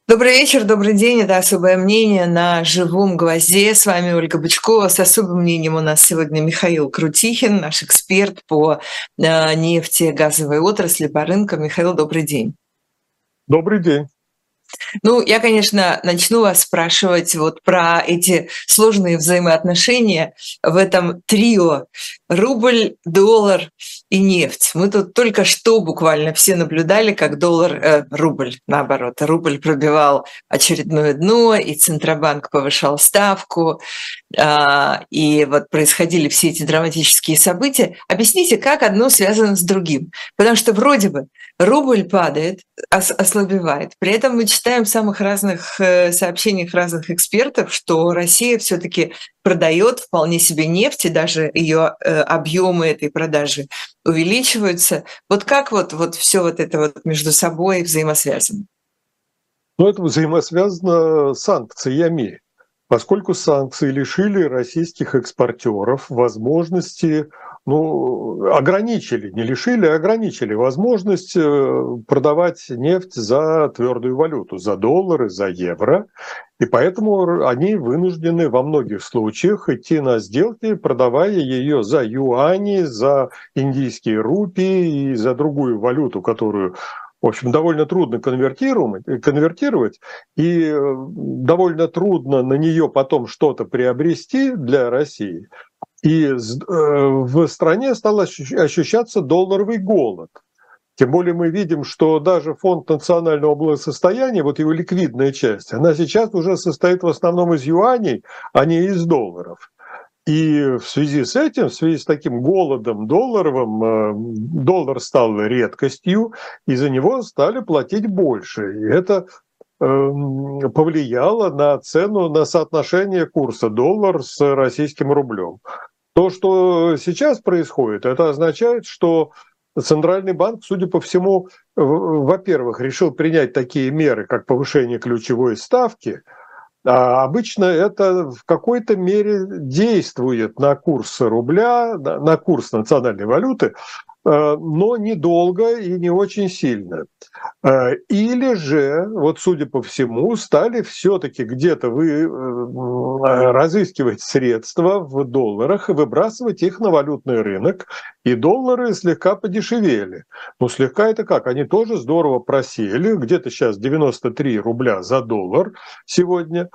Добрый вечер, добрый день. Это «Особое мнение» на «Живом гвозде». С вами Ольга Бычкова. С особым мнением у нас сегодня Михаил Крутихин, наш эксперт по нефти, газовой отрасли, по рынкам. Михаил, добрый день. Добрый день. Ну, я, конечно, начну вас спрашивать вот про эти сложные взаимоотношения в этом трио: рубль, доллар и нефть. Мы тут только что буквально все наблюдали, как рубль, наоборот, рубль пробивал очередное дно, и Центробанк повышал ставку, и вот происходили все эти драматические события. Объясните, как одно связано с другим? Потому что вроде бы рубль падает, ослабевает. При этом мы читаем в самых разных сообщениях разных экспертов, что Россия все-таки продает вполне себе нефть, и даже ее объемы этой продажи увеличиваются. Вот как вот все вот это вот между собой взаимосвязано? Но это взаимосвязано с санкциями, поскольку санкции лишили российских экспортеров возможности, ограничили, не лишили, а ограничили возможность продавать нефть за твердую валюту, за доллары, за евро. И поэтому они вынуждены во многих случаях идти на сделки, продавая ее за юани, за индийские рупии и за другую валюту, которую, в общем, довольно трудно конвертировать, и довольно трудно на нее потом что-то приобрести для России. И в стране стал ощущаться долларовый голод. Тем более мы видим, что даже фонд национального благосостояния, вот его ликвидная часть, она сейчас уже состоит в основном из юаней, а не из долларов. И в связи с этим, в связи с таким голодом долларовым, доллар стал редкостью, и за него стали платить больше. И это повлияло на цену, на соотношение курса доллар с российским рублем. То, что сейчас происходит, это означает, что Центральный банк, судя по всему, во-первых, решил принять такие меры, как повышение ключевой ставки. А обычно это в какой-то мере действует на курс рубля, на курс национальной валюты, но недолго и не очень сильно. Или же, вот судя по всему, стали все-таки где-то разыскивать средства в долларах и выбрасывать их на валютный рынок, и доллары слегка подешевели. Ну, слегка это как? Они тоже здорово просели, где-то сейчас 93 рубля за доллар сегодня,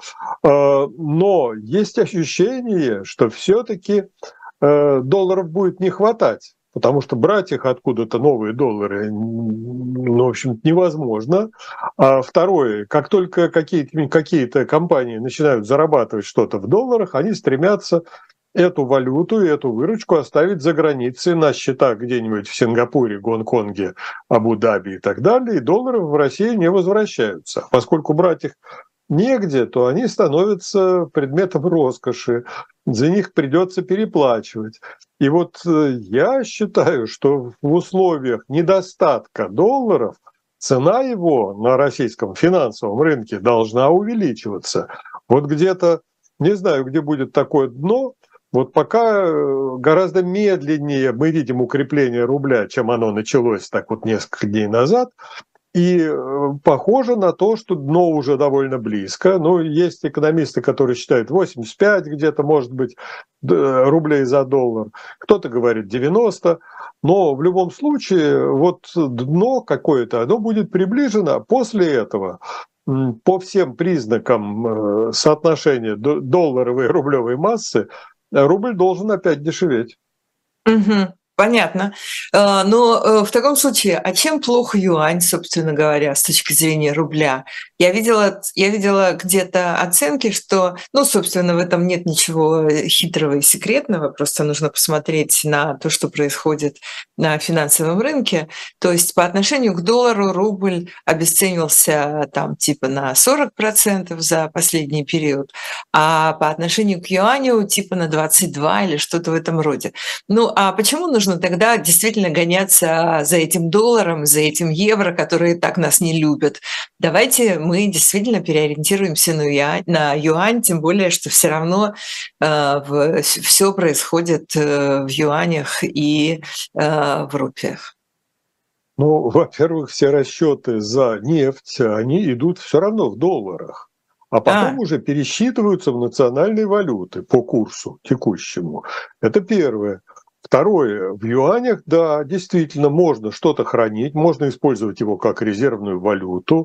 но есть ощущение, что все-таки долларов будет не хватать. Потому что брать их откуда-то, новые доллары, в общем, невозможно. А второе, как только какие-то компании начинают зарабатывать что-то в долларах, они стремятся эту валюту и эту выручку оставить за границей на счетах где-нибудь в Сингапуре, Гонконге, Абу-Даби и так далее, и доллары в Россию не возвращаются. Поскольку брать их негде, то они становятся предметом роскоши, за них придется переплачивать. И вот я считаю, что в условиях недостатка долларов цена его на российском финансовом рынке должна увеличиваться. Вот где-то, не знаю, где будет такое дно, вот пока гораздо медленнее мы видим укрепление рубля, чем оно началось так вот несколько дней назад. И похоже на то, что дно уже довольно близко. Ну, есть экономисты, которые считают 85 где-то, может быть, рублей за доллар. Кто-то говорит 90. Но в любом случае, вот дно какое-то, оно будет приближено. После этого по всем признакам соотношения долларовой и рублевой массы рубль должен опять дешеветь. Мгм. Понятно. Но в таком случае, а чем плох юань, собственно говоря, с точки зрения рубля? Я видела где-то оценки, что, ну, собственно, в этом нет ничего хитрого и секретного, просто нужно посмотреть на то, что происходит на финансовом рынке. То есть по отношению к доллару рубль обесценился там типа на 40% за последний период, а по отношению к юаню типа на 22 или что-то в этом роде. Ну, а почему нужно тогда действительно гоняться за этим долларом, за этим евро, которые так нас не любят? Давайте мы действительно переориентируемся на юань, тем более, что все равно все происходит в юанях и в рупиях. Ну, во-первых, все расчеты за нефть, они идут все равно в долларах, а потом А, уже пересчитываются в национальные валюты по курсу текущему. Это первое. Второе. В юанях, да, действительно, можно что-то хранить, можно использовать его как резервную валюту,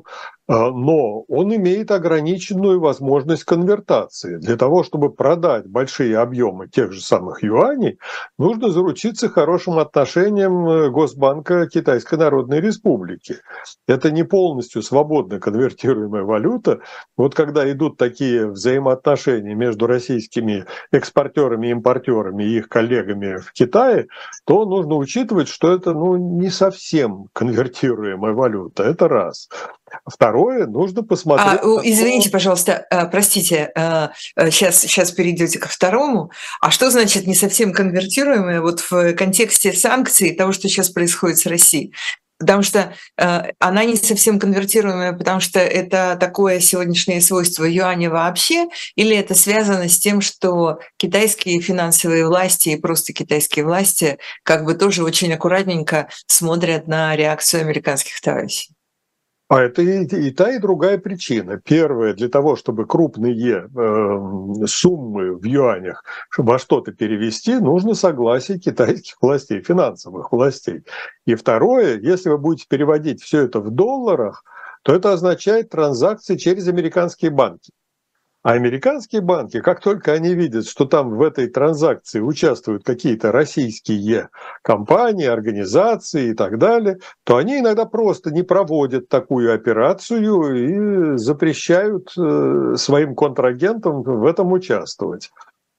но он имеет ограниченную возможность конвертации. Для того, чтобы продать большие объемы тех же самых юаней, нужно заручиться хорошим отношением Госбанка Китайской Народной Республики. Это не полностью свободно конвертируемая валюта. Вот когда идут такие взаимоотношения между российскими экспортерами, импортерами и их коллегами в Китае, то нужно учитывать, что это не совсем конвертируемая валюта. Это раз. Второе, нужно посмотреть на извините, то. пожалуйста, простите, сейчас перейдете ко второму. А что значит не совсем конвертируемое вот в контексте санкций и того, что сейчас происходит с Россией? Потому что она не совсем конвертируемая, потому что это такое сегодняшнее свойство юаня вообще, или это связано с тем, что китайские финансовые власти и просто китайские власти как бы тоже очень аккуратненько смотрят на реакцию американских товарищей? А это и та, и другая причина. Первое, для того, чтобы крупные суммы в юанях во что-то перевести, нужно согласие китайских властей, финансовых властей. И второе, если вы будете переводить все это в долларах, то это означает транзакции через американские банки. А американские банки, как только они видят, что там в этой транзакции участвуют какие-то российские компании, организации и так далее, то они иногда просто не проводят такую операцию и запрещают своим контрагентам в этом участвовать.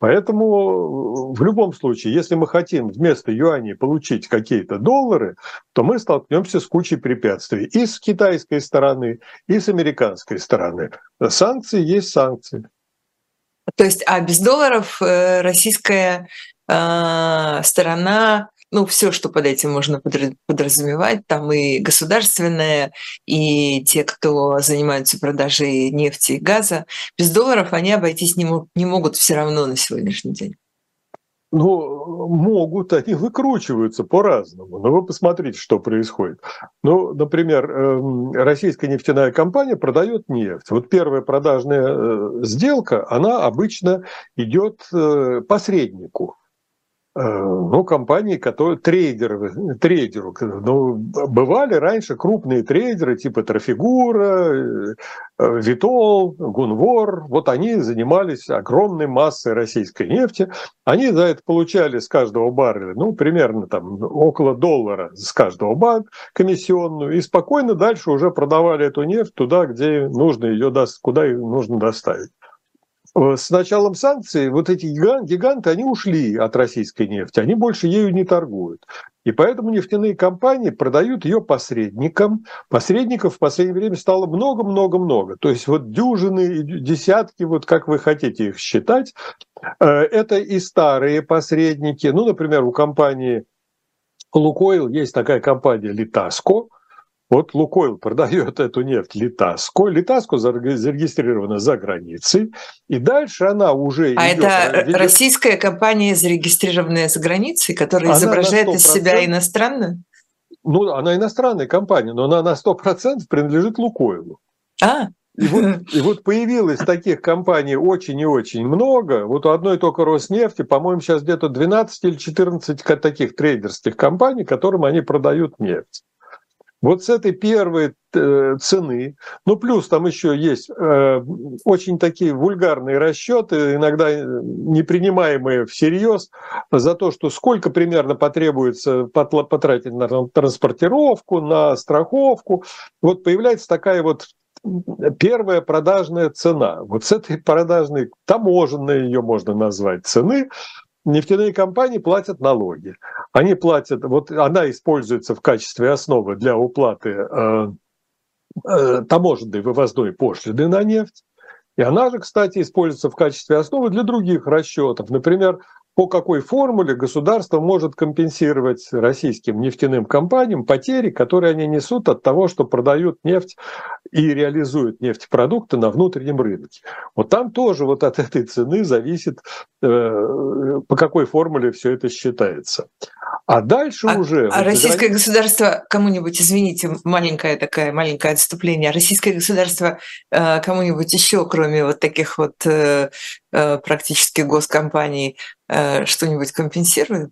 Поэтому в любом случае, если мы хотим вместо юаней получить какие-то доллары, то мы столкнемся с кучей препятствий и с китайской стороны, и с американской стороны. Санкции есть санкции. То есть, а без долларов российская сторона, ну, все, что под этим можно подразумевать, там и государственное, и те, кто занимаются продажей нефти и газа, без долларов они обойтись не могут все равно на сегодняшний день. Ну, могут, они выкручиваются по-разному. Но вы посмотрите, что происходит. Ну, например, российская нефтяная компания продает нефть. Вот первая продажная сделка, она обычно идет посреднику. Ну, компании, которые трейдеру. Ну, бывали раньше крупные трейдеры типа Трафигура, Витол, Гунвор. Вот они занимались огромной массой российской нефти. Они за это получали с каждого барреля, ну, примерно там около $1 с каждого барреля комиссионную. И спокойно дальше уже продавали эту нефть туда, где нужно ее, куда ее нужно доставить. С началом санкций вот эти гиганты, они ушли от российской нефти, они больше ею не торгуют. И поэтому нефтяные компании продают ее посредникам. Посредников в последнее время стало много-много-много. То есть вот дюжины, десятки, вот как вы хотите их считать. Это и старые посредники. Ну, например, у компании «Лукойл» есть такая компания «Литаско». Вот «Лукойл» продает эту нефть «Литаско». «Литаско» зарегистрирована за границей. И дальше она уже А идет... это российская компания, зарегистрированная за границей, которая Она на изображает из себя 100%, иностранную? ну, она иностранная компания, но она на 100% принадлежит «Лукойлу». А, И вот появилось таких компаний очень и очень много. Вот у одной только Роснефти, по-моему, сейчас где-то 12 или 14 таких трейдерских компаний, которым они продают нефть. Вот с этой первой цены, ну плюс там еще есть очень такие вульгарные расчеты, иногда не принимаемые всерьез, за то, что сколько примерно потребуется потратить на транспортировку, на страховку. Вот появляется такая вот первая продажная цена. Вот с этой продажной, таможенной ее можно назвать, цены, нефтяные компании платят налоги. Они платят, вот она используется в качестве основы для уплаты таможенной вывозной пошлины на нефть. И она же, кстати, используется в качестве основы для других расчетов. Например, по какой формуле государство может компенсировать российским нефтяным компаниям потери, которые они несут от того, что продают нефть и реализуют нефтепродукты на внутреннем рынке. Вот там тоже вот от этой цены зависит, по какой формуле все это считается. А дальше уже... А российское государство кому-нибудь, извините, маленькое отступление, российское государство кому-нибудь еще, кроме вот таких вот практически госкомпаний, что-нибудь компенсирует?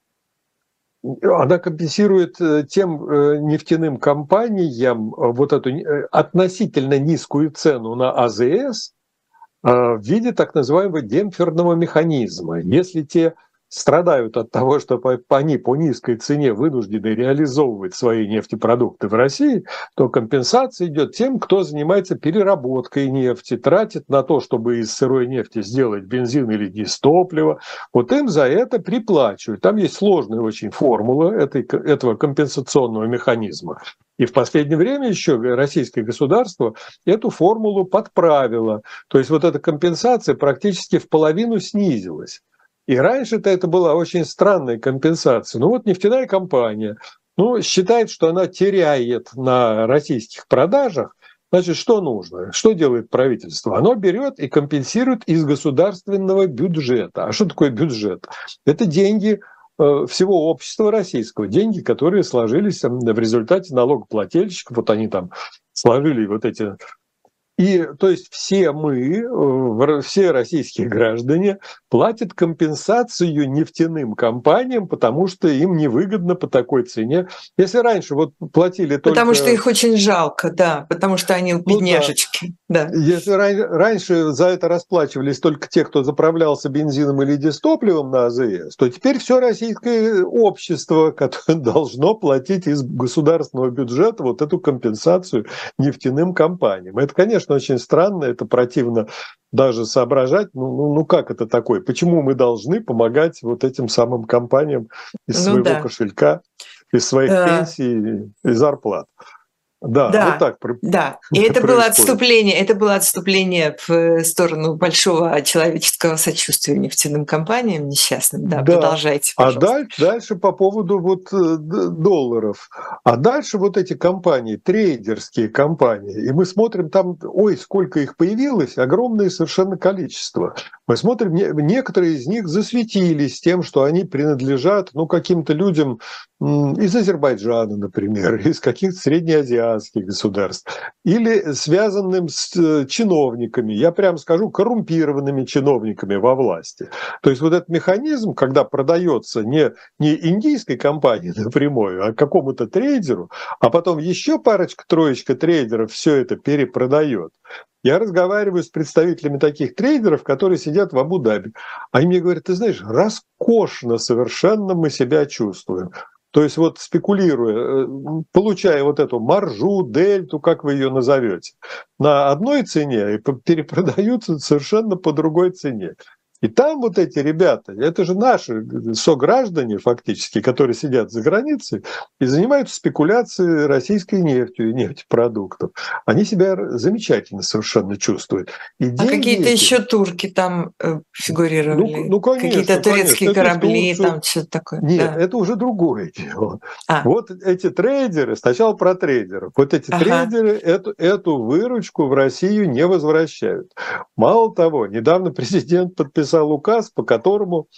Она компенсирует тем нефтяным компаниям вот эту относительно низкую цену на АЗС в виде так называемого демпферного механизма. Если те страдают от того, что они по низкой цене вынуждены реализовывать свои нефтепродукты в России, то компенсация идет тем, кто занимается переработкой нефти, тратит на то, чтобы из сырой нефти сделать бензин или дистопливо. Вот им за это приплачивают. Там есть сложная очень формула этого компенсационного механизма. И в последнее время еще российское государство эту формулу подправило. То есть вот эта компенсация практически в половину снизилась. И раньше-то это была очень странная компенсация. Ну вот нефтяная компания считает, что она теряет на российских продажах. Значит, что нужно? Что делает правительство? Оно берет и компенсирует из государственного бюджета. А что такое бюджет? Это деньги всего общества российского, деньги, которые сложились в результате налогоплательщиков. Вот они там сложили вот эти... И то есть все российские граждане платят компенсацию нефтяным компаниям, потому что им невыгодно по такой цене. Если раньше вот платили только... Потому что их очень жалко, да, потому что они бедняжечки. Да. Если раньше за это расплачивались только те, кто заправлялся бензином или дистопливом на АЗС, то теперь все российское общество, которое должно платить из государственного бюджета вот эту компенсацию нефтяным компаниям. Это, конечно, очень странно, это противно даже соображать, как это такое, почему мы должны помогать вот этим самым компаниям из своего кошелька, из своих пенсий и зарплат. Да, вот так. Да, и это было отступление в сторону большого человеческого сочувствия нефтяным компаниям несчастным. Да, продолжайте, пожалуйста. А дальше по поводу вот долларов. А дальше вот эти компании, трейдерские компании, и мы смотрим там, сколько их появилось, огромное совершенно количество. Мы смотрим, некоторые из них засветились тем, что они принадлежат каким-то людям из Азербайджана, например, из каких-то среднеазиатских государств, или связанным с чиновниками, я прямо скажу, коррумпированными чиновниками во власти. То есть вот этот механизм, когда продается не индийской компании напрямую, а какому-то трейдеру, а потом еще парочка-троечка трейдеров все это перепродает. Я разговариваю с представителями таких трейдеров, которые сидят в Абу-Даби. Они мне говорят, ты знаешь, роскошно совершенно мы себя чувствуем. То есть вот спекулируя, получая вот эту маржу, дельту, как вы ее назовете, на одной цене и перепродаются совершенно по другой цене. И там вот эти ребята, это же наши сограждане фактически, которые сидят за границей и занимаются спекуляцией российской нефтью и нефтепродуктов. Они себя замечательно совершенно чувствуют. И какие-то еще турки там фигурировали? Конечно, какие-то турецкие корабли, там что-то такое? Нет, это уже другое дело. Вот эти трейдеры, сначала про трейдеров. Вот эти трейдеры эту выручку в Россию не возвращают. Мало того, недавно президент подписал указ, по которому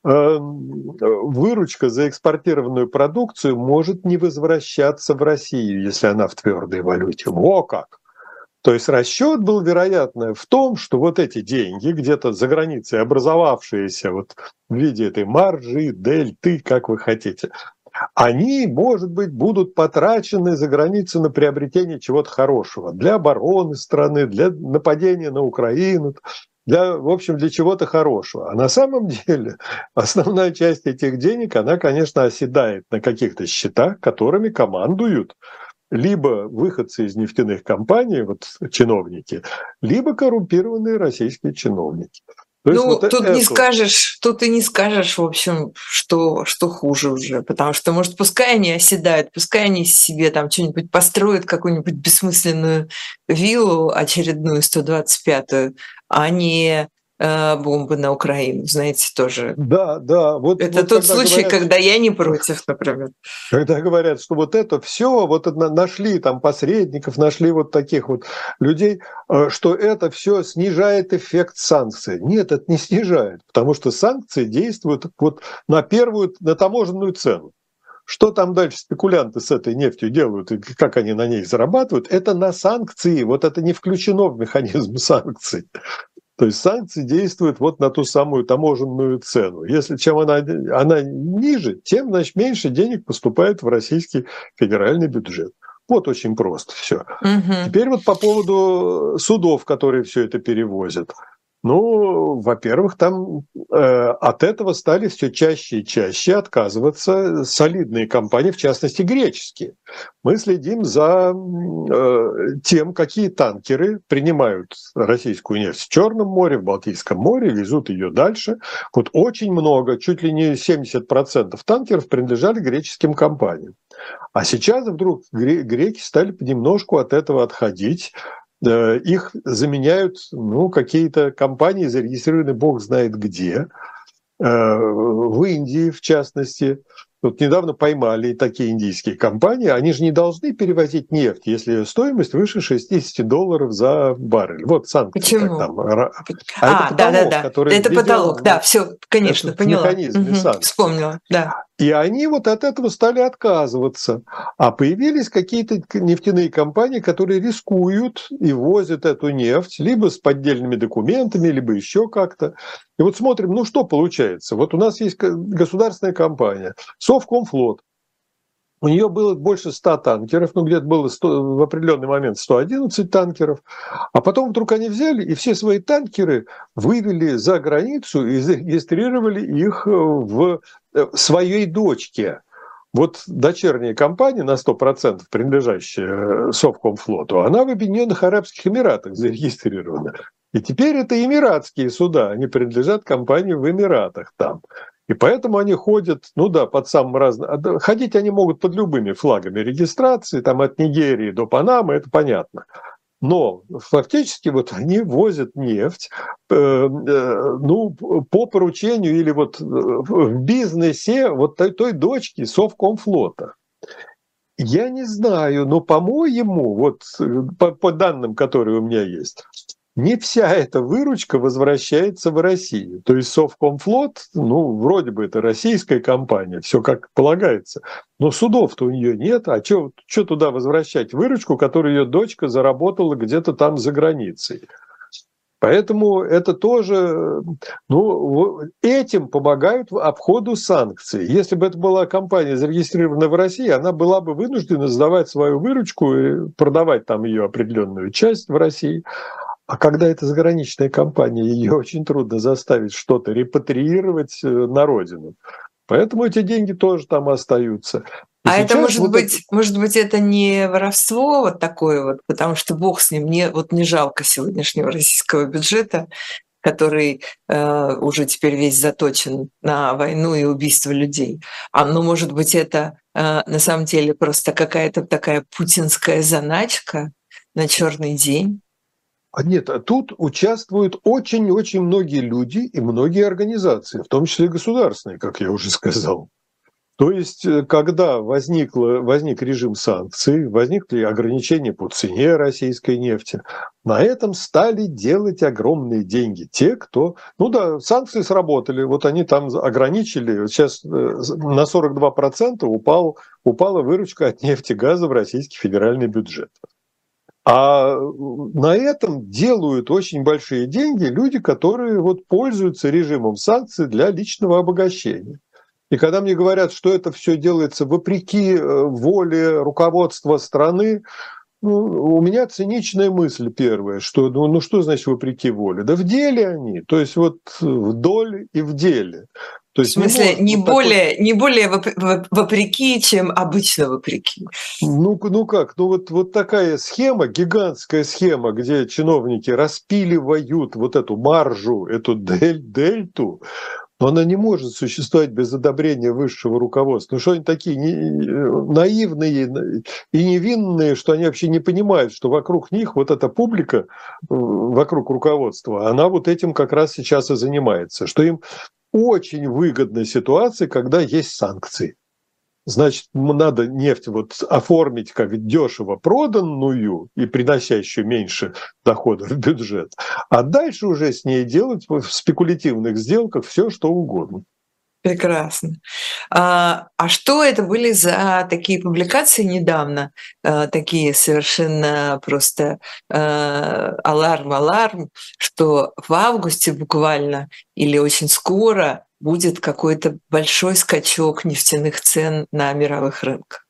выручка за экспортированную продукцию может не возвращаться в Россию, если она в твердой валюте. О как! То есть расчет был, вероятно, в том, что вот эти деньги, где-то за границей образовавшиеся вот в виде этой маржи, дельты, как вы хотите, они, может быть, будут потрачены за границей на приобретение чего-то хорошего для обороны страны, для нападения на Украину, для чего-то хорошего. А на самом деле основная часть этих денег, она, конечно, оседает на каких-то счетах, которыми командуют либо выходцы из нефтяных компаний, вот чиновники, либо коррумпированные российские чиновники. Тут и не скажешь, в общем, что хуже уже, потому что, может, пускай они оседают, пускай они себе там что-нибудь построят, какую-нибудь бессмысленную виллу очередную, 125-ю, а не бомбы на Украину, знаете, тоже. Да, да. Это тот случай, когда я не против, например. Когда говорят, что вот это все, вот это нашли там посредников, нашли вот таких вот людей, что это все снижает эффект санкций. Нет, это не снижает, потому что санкции действуют вот на таможенную цену. Что там дальше спекулянты с этой нефтью делают и как они на ней зарабатывают, это на санкции. Вот это не включено в механизм санкций. То есть санкции действуют вот на ту самую таможенную цену. Если чем она ниже, тем, значит, меньше денег поступает в российский федеральный бюджет. Вот очень просто все. Теперь вот по поводу судов, которые все это перевозят. Ну, во-первых, там от этого стали все чаще и чаще отказываться солидные компании, в частности, греческие. Мы следим за тем, какие танкеры принимают российскую нефть в Черном море, в Балтийском море, везут ее дальше. Вот очень много, чуть ли не 70% танкеров принадлежали греческим компаниям. А сейчас вдруг греки стали понемножку от этого отходить. Их заменяют какие-то компании, зарегистрированные бог знает где, в Индии в частности. Вот недавно поймали такие индийские компании. Они же не должны перевозить нефть, если стоимость выше $60 за баррель. Вот санкции. Почему? Как там. Это потолок, который это потолок, да, все, конечно, поняла. Вспомнила, да. И они вот от этого стали отказываться. А появились какие-то нефтяные компании, которые рискуют и возят эту нефть либо с поддельными документами, либо еще как-то. И вот смотрим, что получается. Вот у нас есть государственная компания Совкомфлот. У нее было больше 100 танкеров, где-то было в определенный момент 111 танкеров. А потом вдруг они взяли и все свои танкеры вывели за границу и зарегистрировали их в своей дочке. Вот дочерняя компания, на 100% принадлежащая Совкомфлоту, она в Объединенных Арабских Эмиратах зарегистрирована. И теперь это эмиратские суда, они принадлежат компании в Эмиратах там. И поэтому они ходят, под самым разным... Ходить они могут под любыми флагами регистрации, там от Нигерии до Панамы, это понятно. Но фактически вот они возят нефть по поручению или вот в бизнесе вот той дочки Совкомфлота. Я не знаю, но, по-моему, вот по данным, которые у меня есть, не вся эта выручка возвращается в Россию. То есть Совкомфлот, вроде бы это российская компания, все как полагается, но судов-то у нее нет, а что туда возвращать выручку, которую ее дочка заработала где-то там за границей? Поэтому это тоже, этим помогают в обходу санкций. Если бы это была компания, зарегистрированная в России, она была бы вынуждена сдавать свою выручку и продавать там ее определенную часть в России. А когда это заграничная компания, ее очень трудно заставить что-то репатриировать на родину. Поэтому эти деньги тоже там остаются. Это может быть, это не воровство вот такое вот, потому что бог с ним, мне не жалко сегодняшнего российского бюджета, который уже теперь весь заточен на войну и убийство людей. Может быть, это на самом деле просто какая-то такая путинская заначка на черный день. Нет, тут участвуют очень-очень многие люди и многие организации, в том числе государственные, как я уже сказал. То есть, когда возник режим санкций, возникли ограничения по цене российской нефти, на этом стали делать огромные деньги те, кто... санкции сработали, вот они там ограничили, вот сейчас на 42% упала выручка от нефти и газа в российский федеральный бюджет. А на этом делают очень большие деньги люди, которые пользуются режимом санкций для личного обогащения. И когда мне говорят, что это все делается вопреки воле руководства страны, у меня циничная мысль первая, что что значит вопреки воле? Да в деле они, то есть вдоль и в деле. То есть в смысле, не более вопреки, чем обычно вопреки. Вот такая схема, гигантская схема, где чиновники распиливают эту маржу, эту дельту. но она не может существовать без одобрения высшего руководства. Ну что они такие наивные и невинные, что они вообще не понимают, что вокруг них вот эта публика, вокруг руководства, она вот этим как раз сейчас и занимается, что им очень выгодная ситуация, когда есть санкции. Значит, надо нефть вот оформить как дешево проданную и приносящую меньше доходов в бюджет, а дальше уже с ней делать в спекулятивных сделках все, что угодно. Прекрасно. А что это были за такие публикации недавно, такие совершенно просто аларм, что в августе буквально или очень скоро будет какой-то большой скачок нефтяных цен на мировых рынках?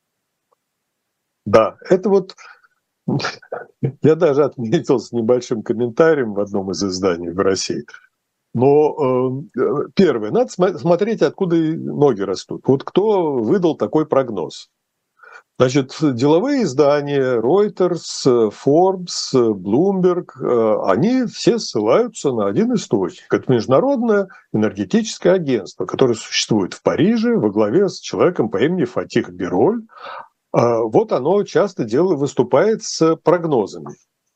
Да, это вот я даже отметил с небольшим комментарием в одном из изданий в России. Но первое, надо смотреть, откуда ноги растут. Вот кто выдал такой прогноз? Значит, деловые издания, Reuters, Forbes, Bloomberg, они все ссылаются на один источник. Это Международное энергетическое агентство, которое существует в Париже во главе с человеком по имени Фатих Бироль. Вот оно часто выступает с прогнозами.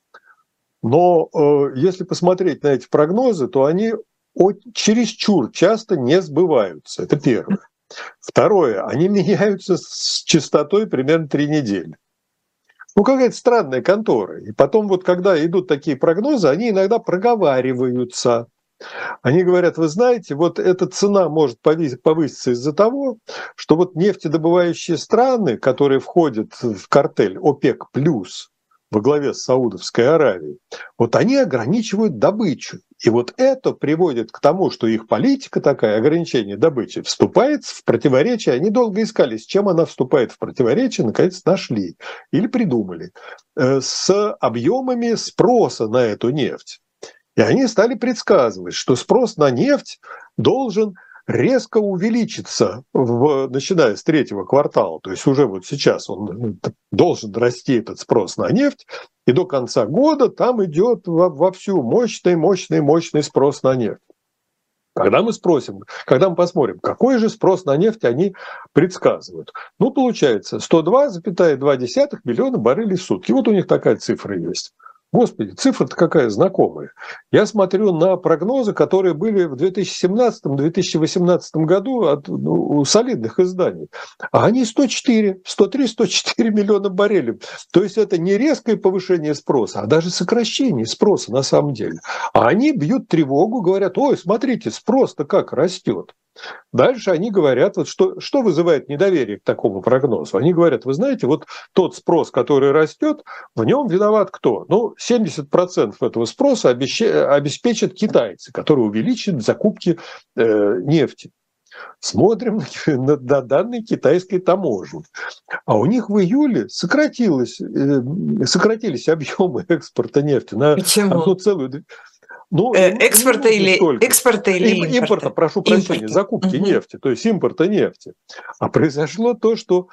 Но если посмотреть на эти прогнозы, то они чересчур часто не сбываются. Это первое. Второе, они меняются с частотой примерно 3 недели. Ну, какая-то странная контора. И потом вот, когда идут такие прогнозы, они иногда проговариваются. Они говорят, вы знаете, вот эта цена может повыситься из-за того, что вот нефтедобывающие страны, которые входят в картель ОПЕК+, во главе с Саудовской Аравией, вот они ограничивают добычу. И вот это приводит к тому, что их политика такая, ограничение добычи, вступает в противоречие. Они долго искали, с чем она вступает в противоречие, наконец нашли или придумали. С объемами спроса на эту нефть. И они стали предсказывать, что спрос на нефть должен резко увеличится, начиная с 3-го квартала. То есть уже вот сейчас он должен расти, этот спрос на нефть, и до конца года там идет вовсю мощный спрос на нефть. Когда мы посмотрим, какой же спрос на нефть они предсказывают. Ну, получается, 102,2 миллиона баррелей в сутки. Вот у них такая цифра есть. Господи, цифра-то какая знакомая. Я смотрю на прогнозы, которые были в 2017-2018 году у солидных изданий. А они 103-104 миллиона баррелей. То есть это не резкое повышение спроса, а даже сокращение спроса на самом деле. А они бьют тревогу, говорят, ой, смотрите, спрос-то как растет. Дальше они говорят, вот что вызывает недоверие к такому прогнозу. Они говорят, вы знаете, вот тот спрос, который растет, в нем виноват кто? Ну, 70% этого спроса обеспечат китайцы, которые увеличат закупки нефти. Смотрим на данные китайской таможни. А у них в июле сократились объемы экспорта нефти на 1,2. Ну, экспорта или импорта, прошу прощения, закупки нефти, то есть импорта нефти. А произошло то, что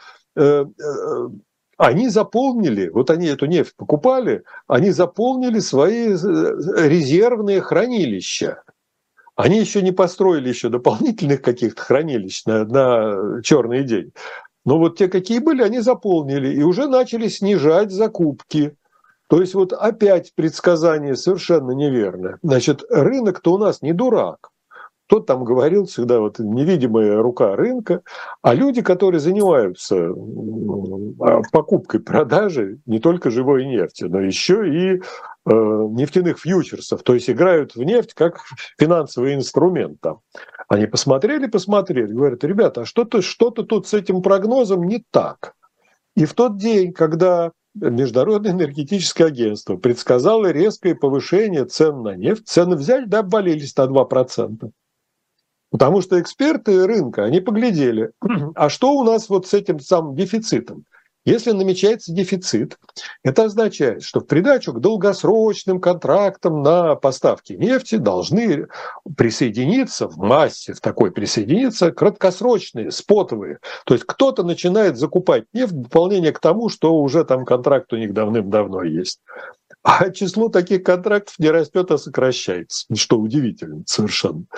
они заполнили, вот они эту нефть покупали, они заполнили свои резервные хранилища. Они еще не построили еще дополнительных каких-то хранилищ на черный день. Но вот те, какие были, они заполнили и уже начали снижать закупки. То есть вот опять предсказание совершенно неверное. Значит, рынок-то у нас не дурак. Кто-то там говорил всегда, вот невидимая рука рынка, а люди, которые занимаются покупкой, продажей не только живой нефти, но еще и нефтяных фьючерсов, то есть играют в нефть как финансовый инструмент там. Они посмотрели, говорят, ребята, а что-то тут с этим прогнозом не так. И в тот день, когда Международное энергетическое агентство предсказало резкое повышение цен на нефть, цены взяли, да, обвалились на 2%. Потому что эксперты рынка, они поглядели, а что у нас вот с этим самым дефицитом? Если намечается дефицит, это означает, что в придачу к долгосрочным контрактам на поставки нефти должны присоединиться в массе, краткосрочные, спотовые. То есть кто-то начинает закупать нефть в дополнение к тому, что уже там контракт у них давным-давно есть. А число таких контрактов не растет, а сокращается, что удивительно совершенно.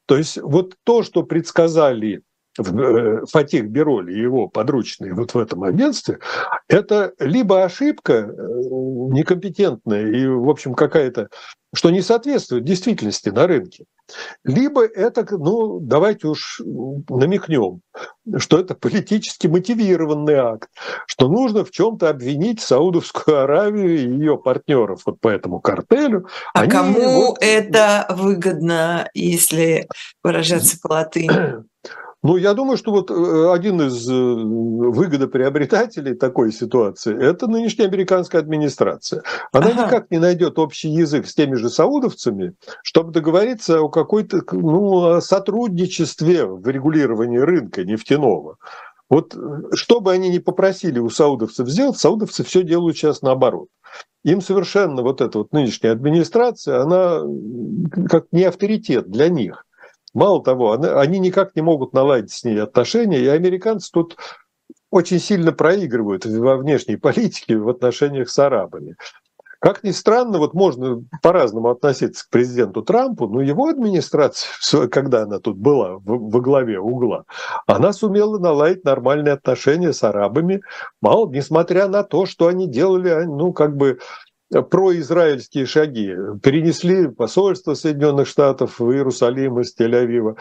То есть вот то, что предсказали Фатих Бероль и его подручные вот в этом агентстве, это либо ошибка некомпетентная и, в общем, какая-то, что не соответствует действительности на рынке, либо это, ну, давайте уж намекнем, что это политически мотивированный акт, что нужно в чем-то обвинить Саудовскую Аравию и ее партнеров вот по этому картелю. А Они кому вот... это выгодно, если выражаться по латыни? Ну, я думаю, что вот один из выгодоприобретателей такой ситуации – это нынешняя американская администрация. Она Ага. никак не найдет общий язык с теми же саудовцами, чтобы договориться о какой-то о сотрудничестве в регулировании рынка нефтяного. Вот что бы они ни попросили у саудовцев сделать, саудовцы все делают сейчас наоборот. Им совершенно вот эта вот нынешняя администрация, она как не авторитет для них. Мало того, они никак не могут наладить с ней отношения, и американцы тут очень сильно проигрывают во внешней политике в отношениях с арабами. Как ни странно, вот можно по-разному относиться к президенту Трампу, но его администрация, когда она тут была во главе угла, она сумела наладить нормальные отношения с арабами, мало, несмотря на то, что они делали, ну, как бы произраильские шаги. Перенесли посольство Соединенных Штатов в Иерусалим из Тель-Авива.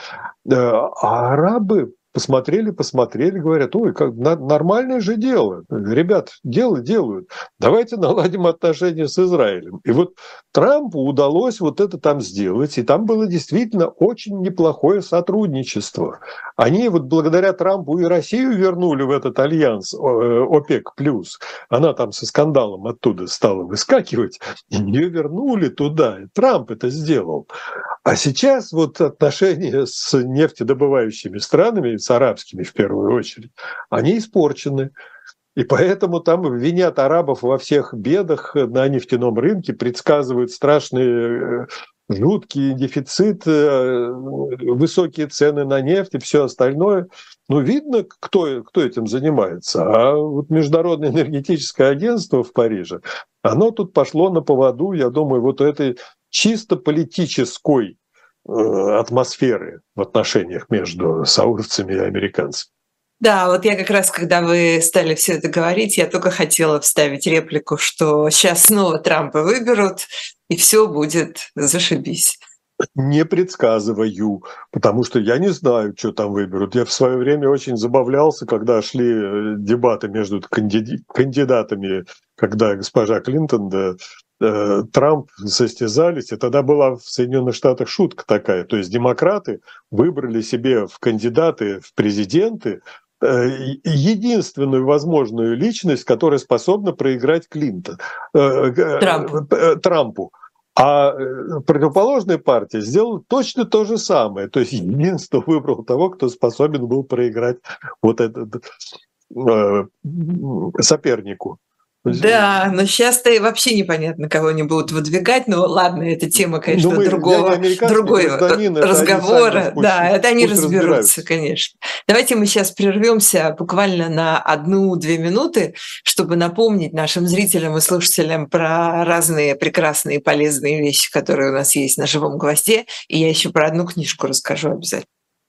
А арабы посмотрели, говорят, ой, как нормальное же дело. Ребят, дело делают. Давайте наладим отношения с Израилем. И вот Трампу удалось вот это там сделать, и там было действительно очень неплохое сотрудничество. Они вот благодаря Трампу и Россию вернули в этот альянс ОПЕК+. Она там со скандалом оттуда стала выскакивать, и ее вернули туда. И Трамп это сделал. А сейчас вот отношения с нефтедобывающими странами, с арабскими в первую очередь, они испорчены. И поэтому там винят арабов во всех бедах на нефтяном рынке, предсказывают страшные жуткий дефицит, высокие цены на нефть и все остальное. Ну, видно, кто этим занимается. А вот Международное энергетическое агентство в Париже, оно тут пошло на поводу, я думаю, вот этой чисто политической атмосферы в отношениях между саудовцами и американцами. Да, вот я как раз, когда вы стали все это говорить, я только хотела вставить реплику, что сейчас снова Трампа выберут, и все будет зашибись. Не предсказываю, потому что я не знаю, что там выберут. Я в свое время очень забавлялся, когда шли дебаты между кандидатами, когда госпожа Клинтон да Трамп состязались, и тогда была в Соединенных Штатах шутка такая. То есть демократы выбрали себе в кандидаты, в президенты единственную возможную личность, которая способна проиграть Трампу. А противоположная партия сделала точно то же самое. То есть единство выбрал того, кто способен был проиграть вот этот сопернику. Да, но сейчас-то вообще непонятно, кого они будут выдвигать. Но ладно, это тема, конечно, другого разговора. Да, это они разберутся, конечно. Давайте мы сейчас прервемся буквально на 1-2 минуты, чтобы напомнить нашим зрителям и слушателям про разные прекрасные и полезные вещи, которые у нас есть на «Живом гвозде». И я еще про одну книжку расскажу обязательно.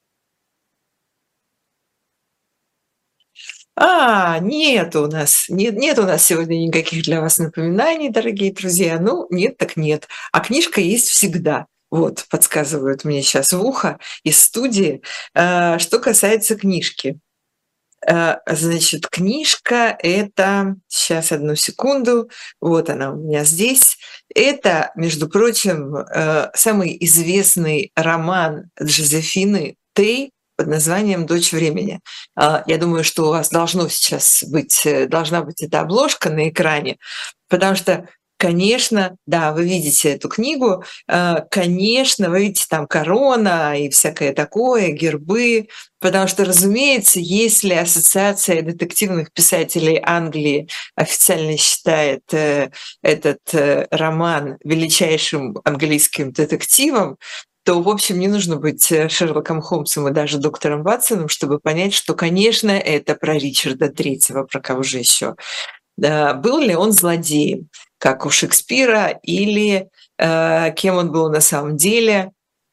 Нет у нас сегодня никаких для вас напоминаний, дорогие друзья. Ну, нет так нет. А книжка есть всегда. Вот, подсказывают мне сейчас в ухо из студии. Что касается книжки. Значит, книжка это... Сейчас, 1 секунду. Вот она у меня здесь. Это, между прочим, самый известный роман Джозефины Тей под названием «Дочь времени». Я думаю, что у вас должна быть эта обложка на экране, потому что, конечно, да, вы видите эту книгу, конечно, вы видите там корона и всякое такое, гербы, потому что, разумеется, если Ассоциация детективных писателей Англии официально считает этот роман величайшим английским детективом, то, в общем, не нужно быть Шерлоком Холмсом и даже доктором Ватсоном, чтобы понять, что, конечно, это про Ричарда III, про кого же еще. Был ли он злодеем, как у Шекспира, или кем он был на самом деле?